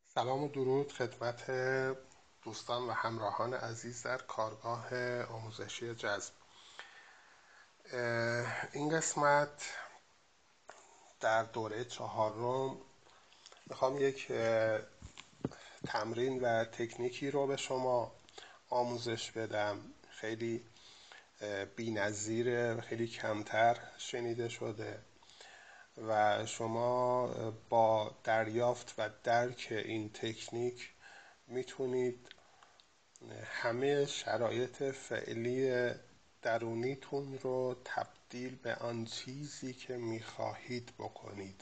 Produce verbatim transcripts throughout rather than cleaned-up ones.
سلام و درود خدمت دوستان و همراهان عزیز در کارگاه آموزشی جذب. این قسمت در دوره چهارم میخوام یک تمرین و تکنیکی رو به شما آموزش بدم. خیلی بی‌نظیره، خیلی کمتر شنیده شده و شما با دریافت و درک این تکنیک میتونید همه شرایط فعلی درونیتون رو تبدیل به آن چیزی که میخواهید بکنید.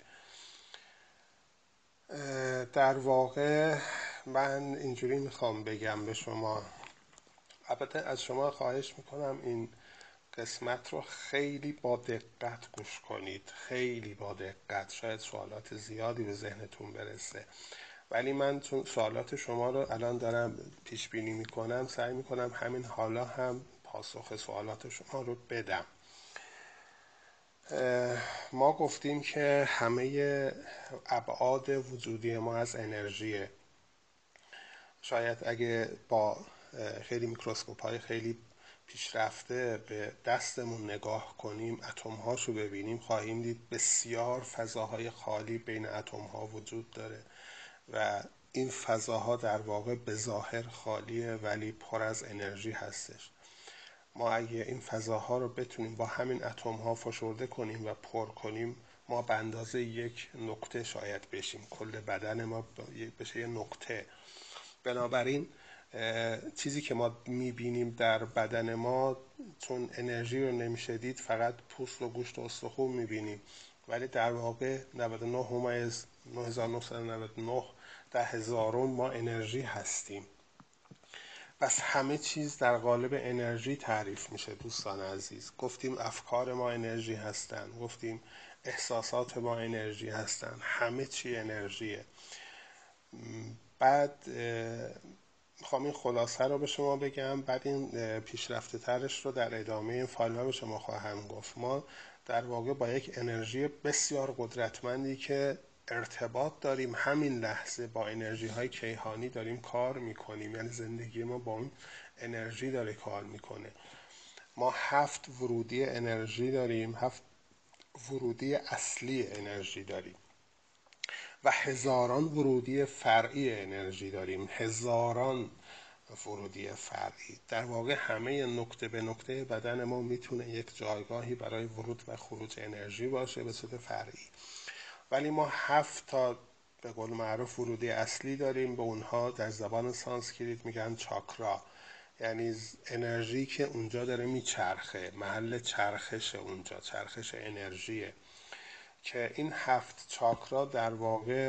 در واقع من اینجوری میخوام بگم به شما، البته از شما خواهش میکنم این قسمت رو خیلی با دقت گوش کنید، خیلی با دقت. شاید سوالات زیادی به ذهنتون برسه، ولی من چون سوالات شما رو الان دارم پیش بینی میکنم، سعی میکنم همین حالا هم پاسخ سوالات شما رو بدم. ما گفتیم که همه ابعاد وجودی ما از انرژیه. شاید اگه با خیلی میکروسکوپ های خیلی پیشرفته به دستمون نگاه کنیم، اتم هاشو ببینیم، خواهیم دید بسیار فضاهای خالی بین اتم ها وجود داره و این فضاها در واقع به ظاهر خالیه ولی پر از انرژی هستش. ما اگه این فضاها رو بتونیم با همین اتم ها فشرده کنیم و پر کنیم، ما به اندازه یک نقطه شاید بشیم، کل بدن ما بشه یه نقطه. بنابراین چیزی که ما میبینیم در بدن ما، چون انرژی رو نمیشه دید، فقط پوست و گوشت و استخون میبینیم، ولی در واقع نود و نه ممیز نه هزار و نهصد و نود و نه در هزارم ما انرژی هستیم. پس همه چیز در قالب انرژی تعریف میشه. دوستان عزیز، گفتیم افکار ما انرژی هستن، گفتیم احساسات ما انرژی هستن، همه چی انرژیه. بعد میخوام این خلاصه رو به شما بگم، بعد این پیشرفته ترش رو در ادامه این فایل ها به شما خواهم گفت. ما در واقع با یک انرژی بسیار قدرتمندی که ارتباط داریم، همین لحظه با انرژی های کیهانی داریم کار میکنیم، یعنی زندگی ما با اون انرژی داره کار میکنه. ما هفت ورودی انرژی داریم، هفت ورودی اصلی انرژی داریم و هزاران ورودی فرعی انرژی داریم، هزاران ورودی فرعی. در واقع همه نقطه به نقطه بدن ما میتونه یک جایگاهی برای ورود و خروج انرژی باشه به صورت فرعی، ولی ما هفت تا به قول معروف ورودی اصلی داریم. به اونها در زبان سانسکریت میگن چاکرا، یعنی انرژی که اونجا داره میچرخه، محل چرخش اونجا، چرخش انرژیه. که این هفت چاکرا در واقع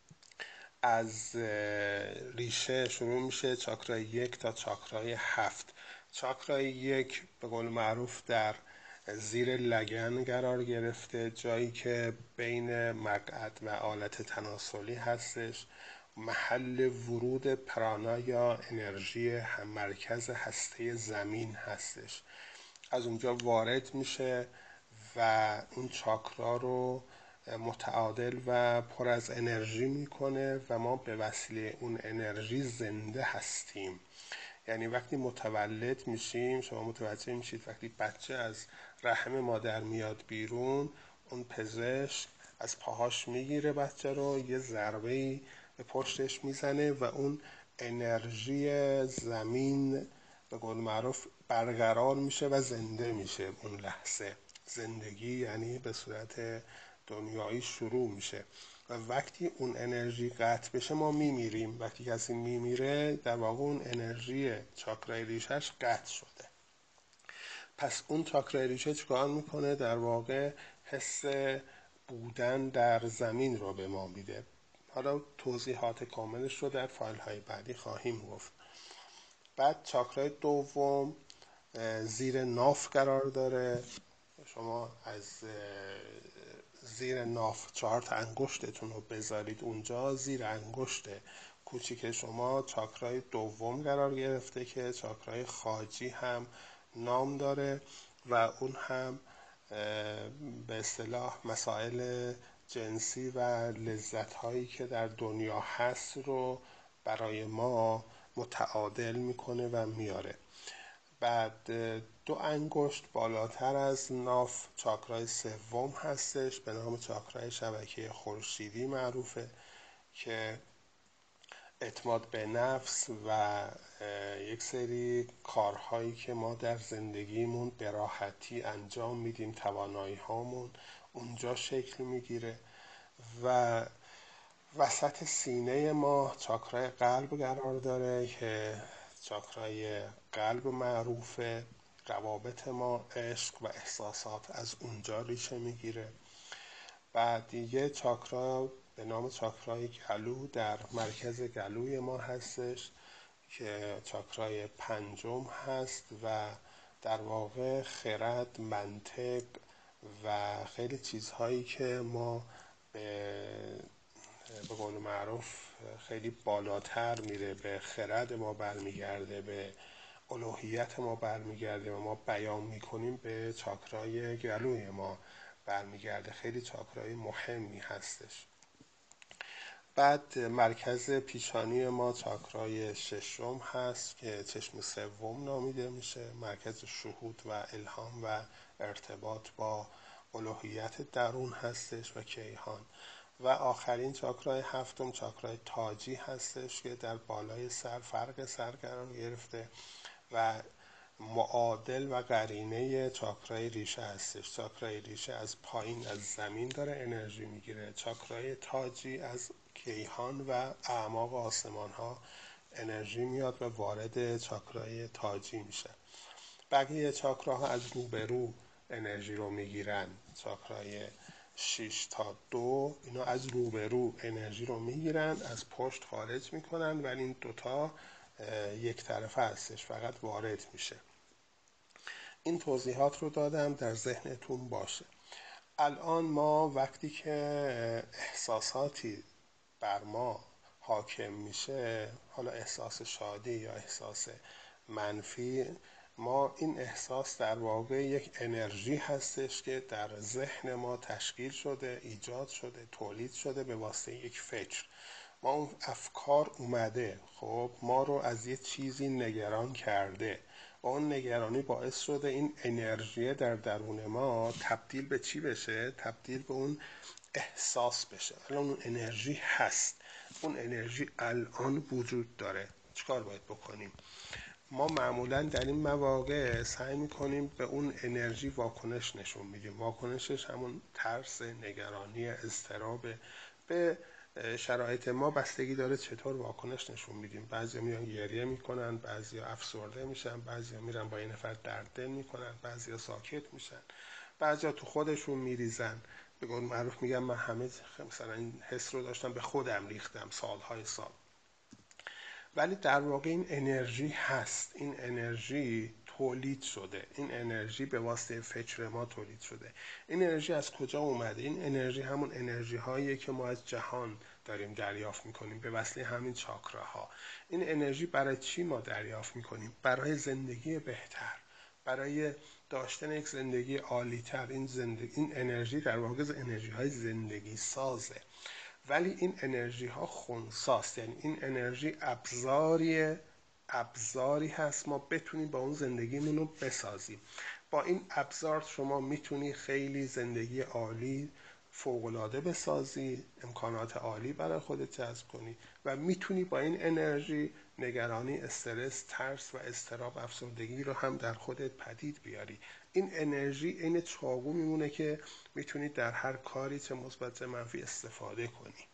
از ریشه شروع میشه، چاکرای یک تا چاکرای هفت. چاکرای یک به قول معروف در زیر لگن قرار گرفته، جایی که بین مقعد و آلت تناسلی هستش، محل ورود پرانا یا انرژی هم مرکز هسته زمین هستش. از اونجا وارد میشه و اون چاکرا رو متعادل و پر از انرژی میکنه و ما به وسیله اون انرژی زنده هستیم. یعنی وقتی متولد میشیم، شما متوجه میشید وقتی بچه از رحم مادر میاد بیرون، اون پزشک از پاهاش میگیره بچه رو، یه ضربه‌ای به پشتش میزنه و اون انرژی زمین به قول معروف برقرار میشه و زنده میشه. اون لحظه زندگی یعنی به صورت دنیایی شروع میشه و وقتی اون انرژی قطع بشه ما میمیریم. وقتی کسی میمیره در واقع اون انرژی چاکرای ریشش قطع شده. پس اون چاکرای ریشه چیکار میکنه؟ در واقع حس بودن در زمین رو به ما میده. حالا توضیحات کاملش رو در فایل های بعدی خواهیم گفت. بعد چاکرای دوم زیر ناف قرار داره. شما از زیر ناف چهار تا انگشتتون رو بذارید اونجا، زیر انگشت کوچیک شما چاکرای دوم قرار گرفته که چاکرای خاجی هم نام داره و اون هم به اصطلاح مسائل جنسی و لذت هایی که در دنیا هست رو برای ما متعادل میکنه و میاره. بعد دو انگشت بالاتر از ناف چاکرای سوم هستش به نام چاکرای شبکه خورشیدی معروفه که اعتماد به نفس و یک سری کارهایی که ما در زندگیمون به راحتی انجام میدیم، توانایی هامون اونجا شکل میگیره. و وسط سینه ما چاکرای قلب قرار داره که چاکرای قلب معروفه، روابط ما، عشق و احساسات از اونجا ریشه میگیره. بعد دیگه چاکرا به نام چاکرای گلو در مرکز گلوی ما هستش که چاکرای پنجم هست و در واقع خرد، منطق و خیلی چیزهایی که ما به به قول معروف خیلی بالاتر میره، به خرد ما برمیگرده، به الوهیت ما برمیگرده و ما بیان میکنیم، به چاکرای گلوی ما برمیگرده. خیلی چاکرای مهمی هستش. بعد مرکز پیشانی ما چاکرای ششم هست که چشم سوم نامیده میشه، مرکز شهود و الهام و ارتباط با الوهیت درون هستش و کیهان. و آخرین چاکرای هفتم چاکرای تاجی هستش که در بالای سر، فرق سر قرار گرفته و معادل و قرینه چاکرای ریشه هستش. چاکرای ریشه از پایین از زمین داره انرژی میگیره، چاکرای تاجی از کیهان و اعماق آسمان ها انرژی میاد و وارد چاکرای تاجی میشه. بقیه چاکراها از روبرو انرژی رو میگیرن. چاکرای شش تا دو اینا از روبرو انرژی رو میگیرن، از پشت خارج میکنن، ولی این دوتا یک طرفه هستش، فقط وارد میشه. این توضیحات رو دادم در ذهنتون باشه. الان ما وقتی که احساساتی بر ما حاکم میشه، حالا احساس شادی یا احساس منفی، ما این احساس در واقع یک انرژی هستش که در ذهن ما تشکیل شده، ایجاد شده، تولید شده به واسطه یک فکر. ما اون افکار اومده، خب ما رو از یه چیزی نگران کرده و اون نگرانی باعث شده این انرژی در درون ما تبدیل به چی بشه؟ تبدیل به اون احساس بشه. الان اون انرژی هست، اون انرژی الان وجود داره. چیکار باید بکنیم؟ ما معمولا در این مواقع سعی میکنیم به اون انرژی واکنش نشون میدیم. واکنشش همون ترس، نگرانی، اضطراب. به شرایط ما بستگی داره چطور واکنش نشون میدیم. بعضیا میان گریه میکنن، بعضیا افسرده میشن، بعضیا میرن با این نفر درد دل میکنن، بعضیا ساکت میشن، بعضیا تو خودشون میریزن. به قول معروف میگم من همه مثلا این حس رو داشتم، به خودم ریختم سالهای سال. ولی در واقع این انرژی هست، این انرژی تولید شده، این انرژی به واسطه فکر ما تولید شده. این انرژی از کجا اومده؟ این انرژی همون انرژی هاییه که ما از جهان داریم دریافت میکنیم به واسطه همین چاکراها. این انرژی برای چی ما دریافت میکنیم؟ برای زندگی بهتر، برای داشتن یک زندگی عالی‌تر. این زندگی، این انرژی در واقع انرژی های زندگی سازه. ولی این انرژی ها خنثاست، یعنی این انرژی ابزاری ابزاری هست ما بتونیم با اون زندگیمون رو بسازیم. با این ابزار شما میتونی خیلی زندگی عالی فوق‌العاده بسازی، امکانات عالی برای خودت جذب کنی و میتونی با این انرژی نگرانی، استرس، ترس و اضطراب، افسردگی رو هم در خودت پدید بیاری. این انرژی این چاقو میمونه که میتونی در هر کاری چه مثبت چه منفی استفاده کنی.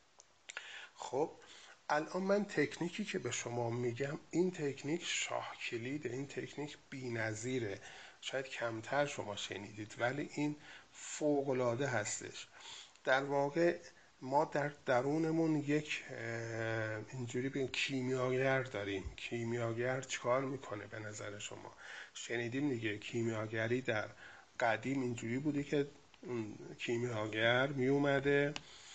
خب الان من تکنیکی که به شما میگم، این تکنیک شاه کلیده، این تکنیک بی‌نظیره. شاید کمتر شما شنیدید ولی این فوق‌العاده هستش. در واقع ما در درونمون یک اینجوری به کیمیاگر داریم. کیمیاگر چیکار میکنه به نظر شما؟ شنیدیم دیگه، کیمیاگری در قدیم اینجوری بوده که کیمیاگر میومده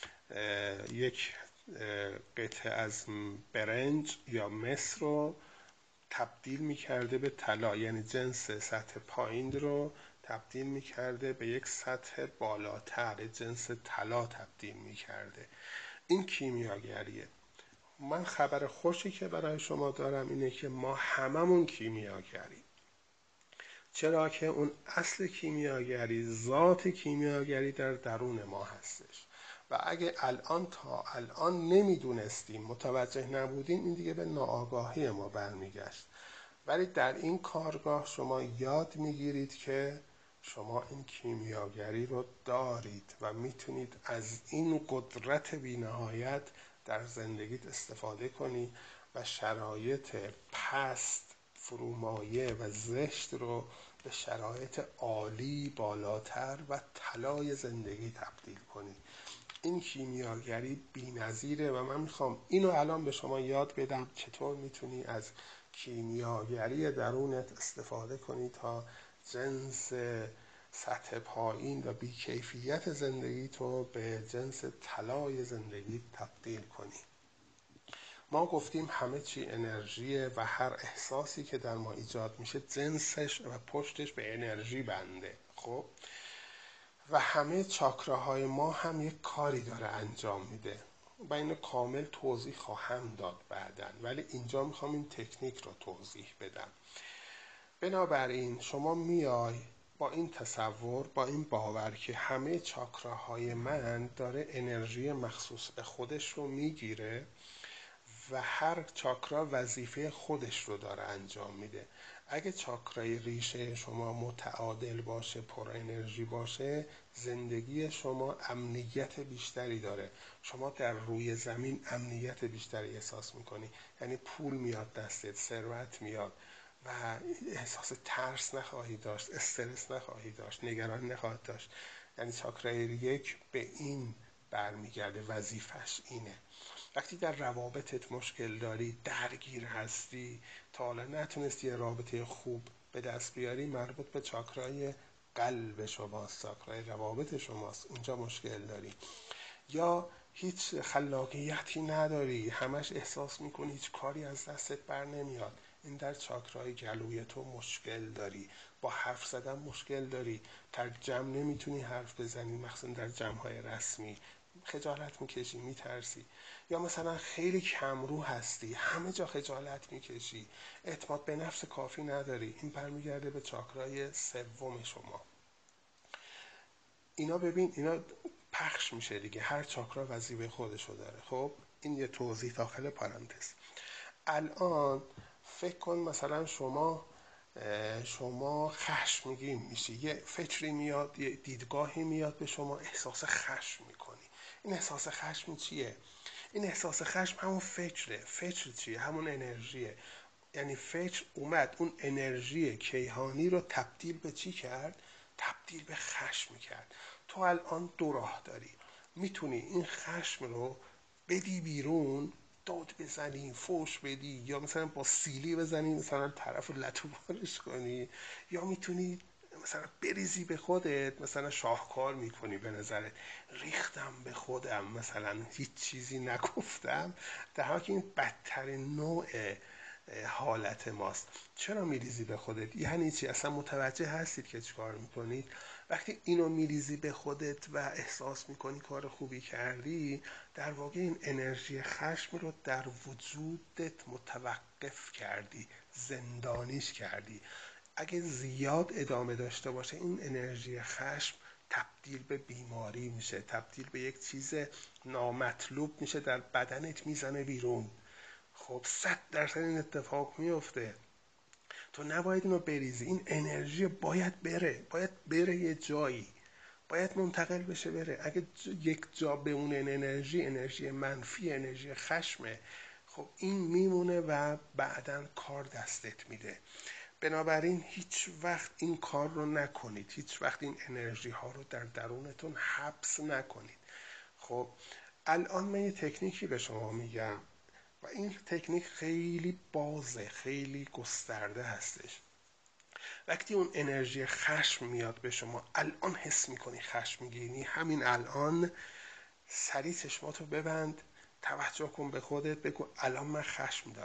یک قطعه از برنج یا مس رو تبدیل میکرده به طلا، یعنی جنس سطح پایین رو تبدیل میکرده به یک سطح بالاتر، جنس طلا تبدیل میکرده. این کیمیاگریه. من خبر خوشی که برای شما دارم اینه که ما هممون کیمیاگریم. چرا که اون اصل کیمیاگری، ذات کیمیاگری در درون ما هستش و اگه الان تا الان نمیدونستیم، متوجه نبودیم، این دیگه به ناآگاهی ما برمیگشت. ولی در این کارگاه شما یاد میگیرید که شما این کیمیاگری رو دارید و میتونید از این قدرت بی‌نهایت در زندگیت استفاده کنی و شرایط پست، فرومایه و زشت رو به شرایط عالی، بالاتر و طلای زندگی تبدیل کنی. این کیمیاگری بی‌نظیره و من میخوام اینو الان به شما یاد بدم چطور میتونی از کیمیاگری درونت استفاده کنی تا جنس سطح پایین و بیکیفیت زندگی تو به جنس طلای زندگی تبدیل کنی. ما گفتیم همه چی انرژیه و هر احساسی که در ما ایجاد میشه جنسش و پشتش به انرژی بنده. خب و همه چاکراهای ما هم یک کاری داره انجام میده و اینو کامل توضیح خواهم داد بعدن، ولی اینجا میخوام این تکنیک رو توضیح بدم. بنابراین شما میای با این تصور، با این باور که همه چاکراهای من داره انرژی مخصوص به خودش رو میگیره و هر چاکرا وظیفه خودش رو داره انجام میده. اگه چاکرای ریشه شما متعادل باشه، پر انرژی باشه، زندگی شما امنیت بیشتری داره. شما در روی زمین امنیت بیشتری احساس میکنی، یعنی پول میاد دستت، ثروت میاد و احساس ترس نخواهی داشت، استرس نخواهی داشت، نگران نخواهی داشت. یعنی چاکرای یک به این برمیگرده، وظیفش اینه. وقتی در روابطت مشکل داری، درگیر هستی، تا حالا نتونستی یه رابطه خوب به دست بیاری، مربوط به چاکرای قلب شماست، چاکرای روابط شماست، اونجا مشکل داری. یا هیچ خلاقیتی نداری، همش احساس میکنی هیچ کاری از دستت بر نمیاد، این در چاکرای گلوی تو مشکل داری. با حرف زدن مشکل داری، در جمع نمیتونی حرف بزنی، مخصوصا در جمع‌های رسمی خجالت میکشی، میترسی. یا مثلا خیلی کمرو هستی، همه جا خجالت میکشی، اعتماد به نفس کافی نداری، این برمیگرده به چاکرای سوم شما. اینا ببین، اینا پخش میشه دیگه، هر چاکرا وظیفه خودشو داره. خب این یه توضیح داخل پرانتز. الان فکر کن مثلا شما شما خشمگین میشی، یه فکری میاد، یه دیدگاهی میاد به شما، احساس خشم میکنی. این احساس خشم چیه؟ این احساس خشم همون فکره. فکر چیه؟ همون انرژیه. یعنی فکر اومد اون انرژی کیهانی رو تبدیل به چی کرد؟ تبدیل به خشم کرد. تو الان دو راه داری، میتونی این خشم رو بدی بیرون، داد بزنی، فوش بدی، یا مثلا با سیلی بزنی مثلا طرف رو لطوبارش کنی، یا میتونی مثلا بریزی به خودت، مثلا شاهکار میکنی، به نظرت ریختم به خودم، مثلا هیچ چیزی نگفتم، در حالی که این بدترین نوع حالت ماست. چرا میریزی به خودت؟ یعنی چی؟ اصلا متوجه هستید که چیکار میکنید؟ وقتی اینو میریزی به خودت و احساس میکنی کار خوبی کردی، در واقع این انرژی خشم رو در وجودت متوقف کردی، زندانیش کردی. اگه زیاد ادامه داشته باشه این انرژی خشم تبدیل به بیماری میشه، تبدیل به یک چیز نامطلوب میشه، در بدنت میزنه بیرون. خب صد درصد این اتفاق میفته. تو نباید اینو بریزی، این انرژی باید بره، باید بره یه جایی، باید منتقل بشه بره. اگه یک جا بمونه این انرژی، انرژی منفی، انرژی خشمه، خب این میمونه و بعداً کار دستت میده. بنابراین هیچ وقت این کار رو نکنید، هیچ وقت این انرژی ها رو در درونتون حبس نکنید. خب الان من یه تکنیکی به شما میگم و این تکنیک خیلی بازه، خیلی گسترده هستش. وقتی اون انرژی خشم میاد به شما، الان حس میکنی خشم میگیری، همین الان سریع چشماتو ببند، توجه کن به خودت، بگو الان من خشم دارم،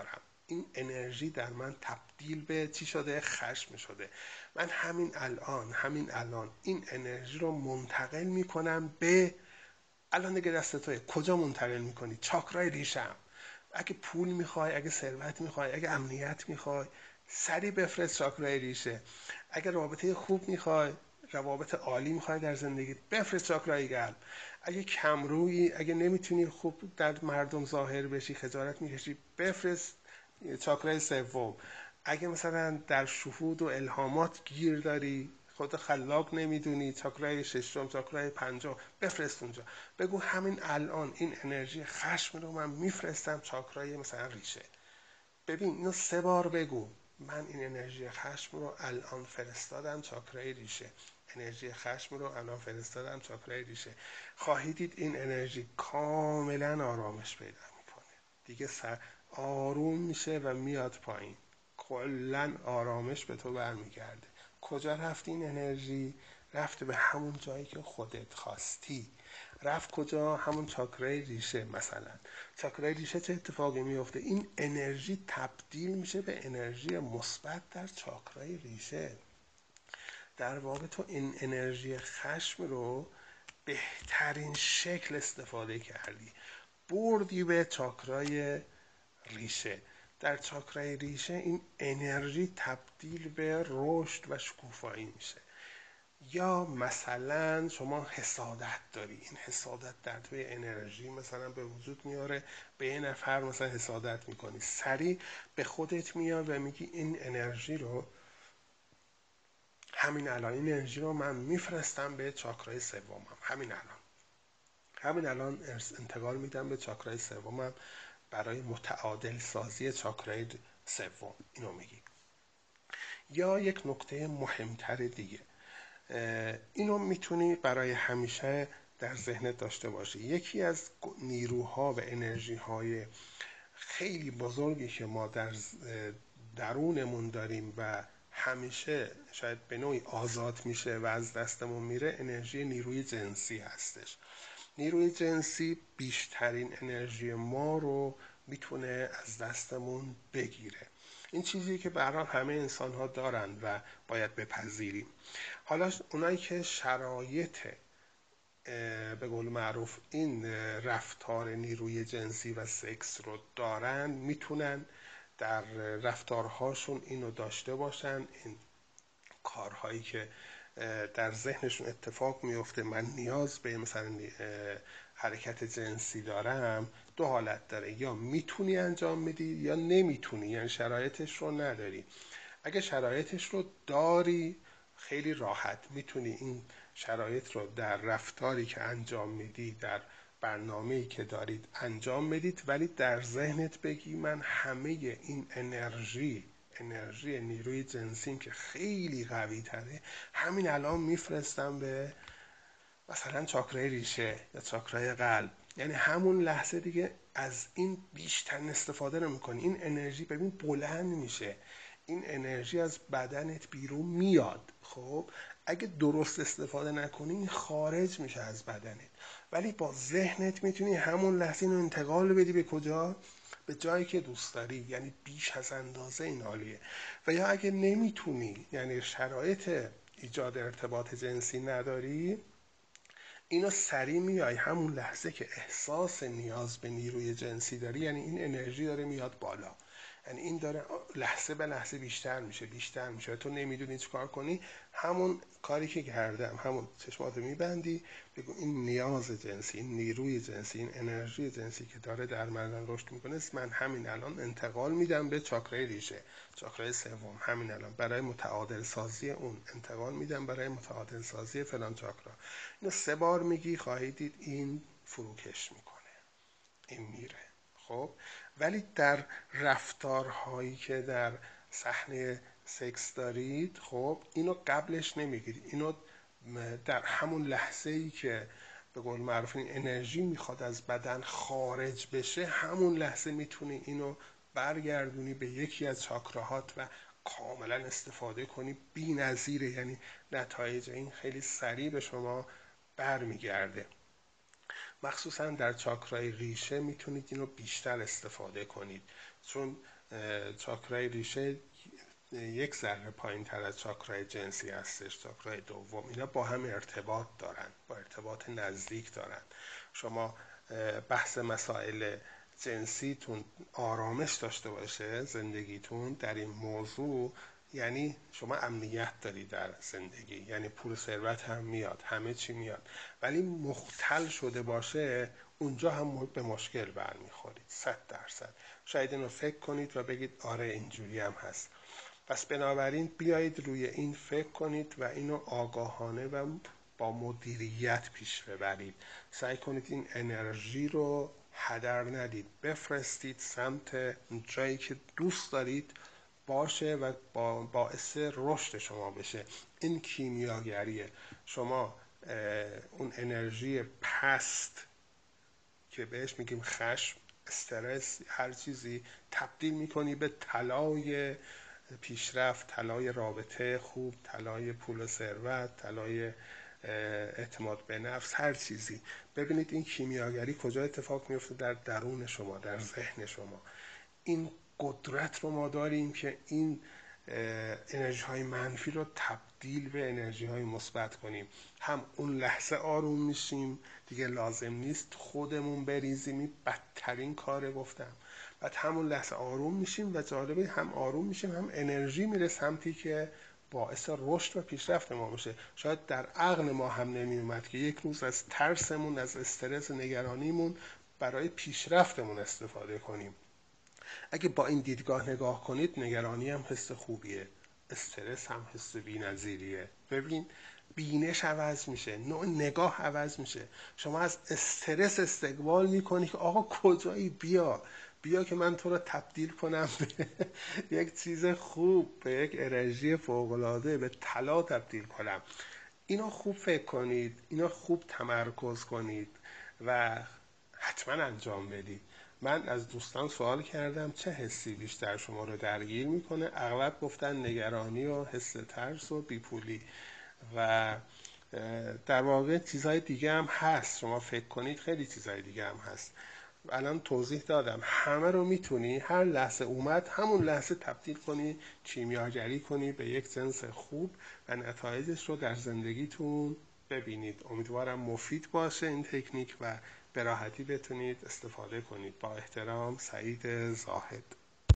این انرژی در من تبدیل به چی شده؟ خشم شده. من همین الان همین الان این انرژی رو منتقل میکنم به، الان دیگه دست توه، کجا منتقل میکنی؟ چاکرای ریشم. اگه پول میخوای، اگه ثروت میخوای، اگه امنیت میخوای، سری بفرست چاکرای ریشه. اگه رابطه خوب میخوای، روابط عالی میخوای در زندگیت، بفرست چاکرای قلب. اگه کمرویی، اگه نمیتونی خوب در مردم ظاهر بشی، خجالت میکشی، بفرست چاکرای سوم. اگه مثلا در شهود و الهامات گیر داری، خود خلاق نمیدونی، چاکرای ششم، چاکرای پنجم، بفرست اونجا. بگو همین الان این انرژی خشم رو من میفرستم چاکرای مثلا ریشه. ببین اینو سه بار بگو، من این انرژی خشم رو الان فرستادم چاکرای ریشه، انرژی خشم رو الان فرستادم چاکرای ریشه. خواهید دید این انرژی کاملا آرامش پیدا میکنه، دیگه سر آروم میشه و میاد پایین، کلا آرامش به تو برمیگرده. کجا رفت این انرژی؟ رفت به همون جایی که خودت خواستی. رفت کجا؟ همون چاکرای ریشه. مثلا چاکرای ریشه چه اتفاقی میفته؟ این انرژی تبدیل میشه به انرژی مثبت در چاکرای ریشه. در واقع تو این انرژی خشم رو بهترین شکل استفاده کردی، بردی به چاکرای ریشه. در چاکرای ریشه این انرژی تبدیل به رشد و شکوفایی میشه. یا مثلا شما حسادت داری، این حسادت در توی انرژی مثلا به وجود میاره، به یه نفر مثلا حسادت میکنی، سریع به خودت میاد و میگی این انرژی رو همین الان این انرژی رو من میفرستم به چاکرای سومم، همین الان همین الان انتقال میدم به چاکرای سومم برای متعادل سازی چاکرای سوم. اینو میگی. یا یک نکته مهمتر دیگه، اینو میتونی برای همیشه در ذهنت داشته باشی. یکی از نیروها و انرژی های خیلی بزرگی که ما در درونمون داریم و همیشه شاید به نوعی آزاد میشه و از دستمون میره، انرژی نیروی جنسی هستش. نیروی جنسی بیشترین انرژی ما رو میتونه از دستمون بگیره. این چیزی که برای همه انسان ها دارن و باید بپذیریم. حالا اونایی که شرایط به قول معروف این رفتار نیروی جنسی و سکس رو دارن، میتونن در رفتارهاشون اینو داشته باشن. این کارهایی که در ذهنشون اتفاق میفته، من نیاز به مثلا حرکت جنسی دارم، دو حالت داره، یا میتونی انجام میدی یا نمیتونی، یعنی شرایطش رو نداری. اگه شرایطش رو داری، خیلی راحت میتونی این شرایط رو در رفتاری که انجام میدی، در برنامه‌ای که دارید انجام میدید، ولی در ذهنت بگی من همه این انرژی انرژی نیروی جنسیم که خیلی قوی تره، همین الان میفرستم به مثلا چاکرای ریشه یا چاکرای قلب. یعنی همون لحظه دیگه از این بیشتر استفاده رو میکنی. این انرژی ببین بلند میشه، این انرژی از بدنت بیرون میاد. خب اگه درست استفاده نکنی این خارج میشه از بدنت، ولی با ذهنت میتونی همون لحظه اینو انتقال بدی به کجا؟ به جایی که دوست داری. یعنی بیش از اندازه این حالیه. و یا اگه نمیتونی، یعنی شرایط ایجاد ارتباط جنسی نداری، اینو سریع میای همون لحظه که احساس نیاز به نیروی جنسی داری، یعنی این انرژی داره میاد بالا، یعنی این داره لحظه به لحظه بیشتر میشه بیشتر میشه، تو نمیدونی چی کار کنی، همون کاری که کردم، همون چشماتو میبندی، بگو این نیاز جنسی، این نیروی جنسی، این انرژی جنسی که داره در من رشد میکنه، من همین الان انتقال میدم به چاکرای ریشه، چاکرای سوم، همین الان برای متعادل سازی اون انتقال میدم، برای متعادل سازی فلان چاکرا. اینو سه بار میگی، خواهید دید این فروکش میکنه، این میره. خب ولی در رفتارهایی که در صحنه سکس دارید، خب اینو قبلش نمیگیرید، اینو در همون لحظه ای که به قول معروف این انرژی میخواد از بدن خارج بشه، همون لحظه میتونی اینو برگردونی به یکی از چاکراهات و کاملا استفاده کنی. بی نظیره، یعنی نتایج این خیلی سریع به شما برمیگرده. مخصوصا در چاکرای ریشه میتونید اینو بیشتر استفاده کنید، چون چاکرای ریشه یک ذره پایین تر از چاکرای جنسی هستش، چاکرای دوم. اینا با هم ارتباط دارن، با ارتباط نزدیک دارن. شما بحث مسائل جنسیتون آرامش داشته باشه زندگیتون در این موضوع، یعنی شما امنیت داری در زندگی، یعنی پول ثروت هم میاد، همه چی میاد. ولی مختل شده باشه اونجا هم به مشکل برمیخورید، صد درصد. شاید اینو فکر کنید و بگید آره اینجوری هم هست. پس بنابراین بیایید روی این فکر کنید و اینو آگاهانه و با مدیریت پیش ببرید. سعی کنید این انرژی رو هدر ندید، بفرستید سمت جایی که دوست دارید باشه و باعث رشد شما بشه. این کیمیاگریه. شما اون انرژی پست که بهش میگیم خشم، استرس، هر چیزی، تبدیل میکنی به طلای پیشرفت، طلای رابطه خوب، طلای پول و ثروت، طلای اعتماد به نفس، هر چیزی. ببینید این کیمیاگری کجا اتفاق میفته؟ در درون شما، در ذهن شما. این قدرت رو ما داریم که این انرژی های منفی رو تبدیل به انرژی های مثبت کنیم. هم اون لحظه آروم میشیم، دیگه لازم نیست خودمون بریزیم، این بدترین کاره گفتم. بعد همون لحظه آروم میشیم و جالبه هم آروم میشیم هم انرژی میره سمتی که باعث رشد و پیشرفت ما بشه. شاید در عقل ما هم نمی اومد که یک روز از ترسمون، از استرس نگرانیمون برای پیشرفتمون استفاده کنیم. اگه با این دیدگاه نگاه کنید، نگرانی هم حس خوبیه، استرس هم حس بی‌نظیریه. ببین بینش عوض میشه، نوع نگاه عوض میشه. شما از استرس استقبال میکنی که آقا کجایی، بیا بیا که من تو رو تبدیل کنم به یک چیز خوب، به یک انرژی فوق‌العاده، به طلا تبدیل کنم. اینا خوب فکر کنید، اینا خوب تمرکز کنید و حتما انجام بدید. من از دوستان سوال کردم چه حسی بیشتر شما رو درگیر میکنه؟ اغلب گفتن نگرانی و حس ترس و بیپولی. و در واقع چیزهای دیگه هم هست، شما فکر کنید خیلی چیزهای دیگه هم هست. الان توضیح دادم، همه رو میتونی هر لحظه اومد همون لحظه تبدیل کنی، کیمیاگری کنی به یک جنس خوب و نتایجش رو در زندگیتون ببینید. امیدوارم مفید باشه این تکنیک و به راحتی بتونید استفاده کنید. با احترام، سعید زاهد.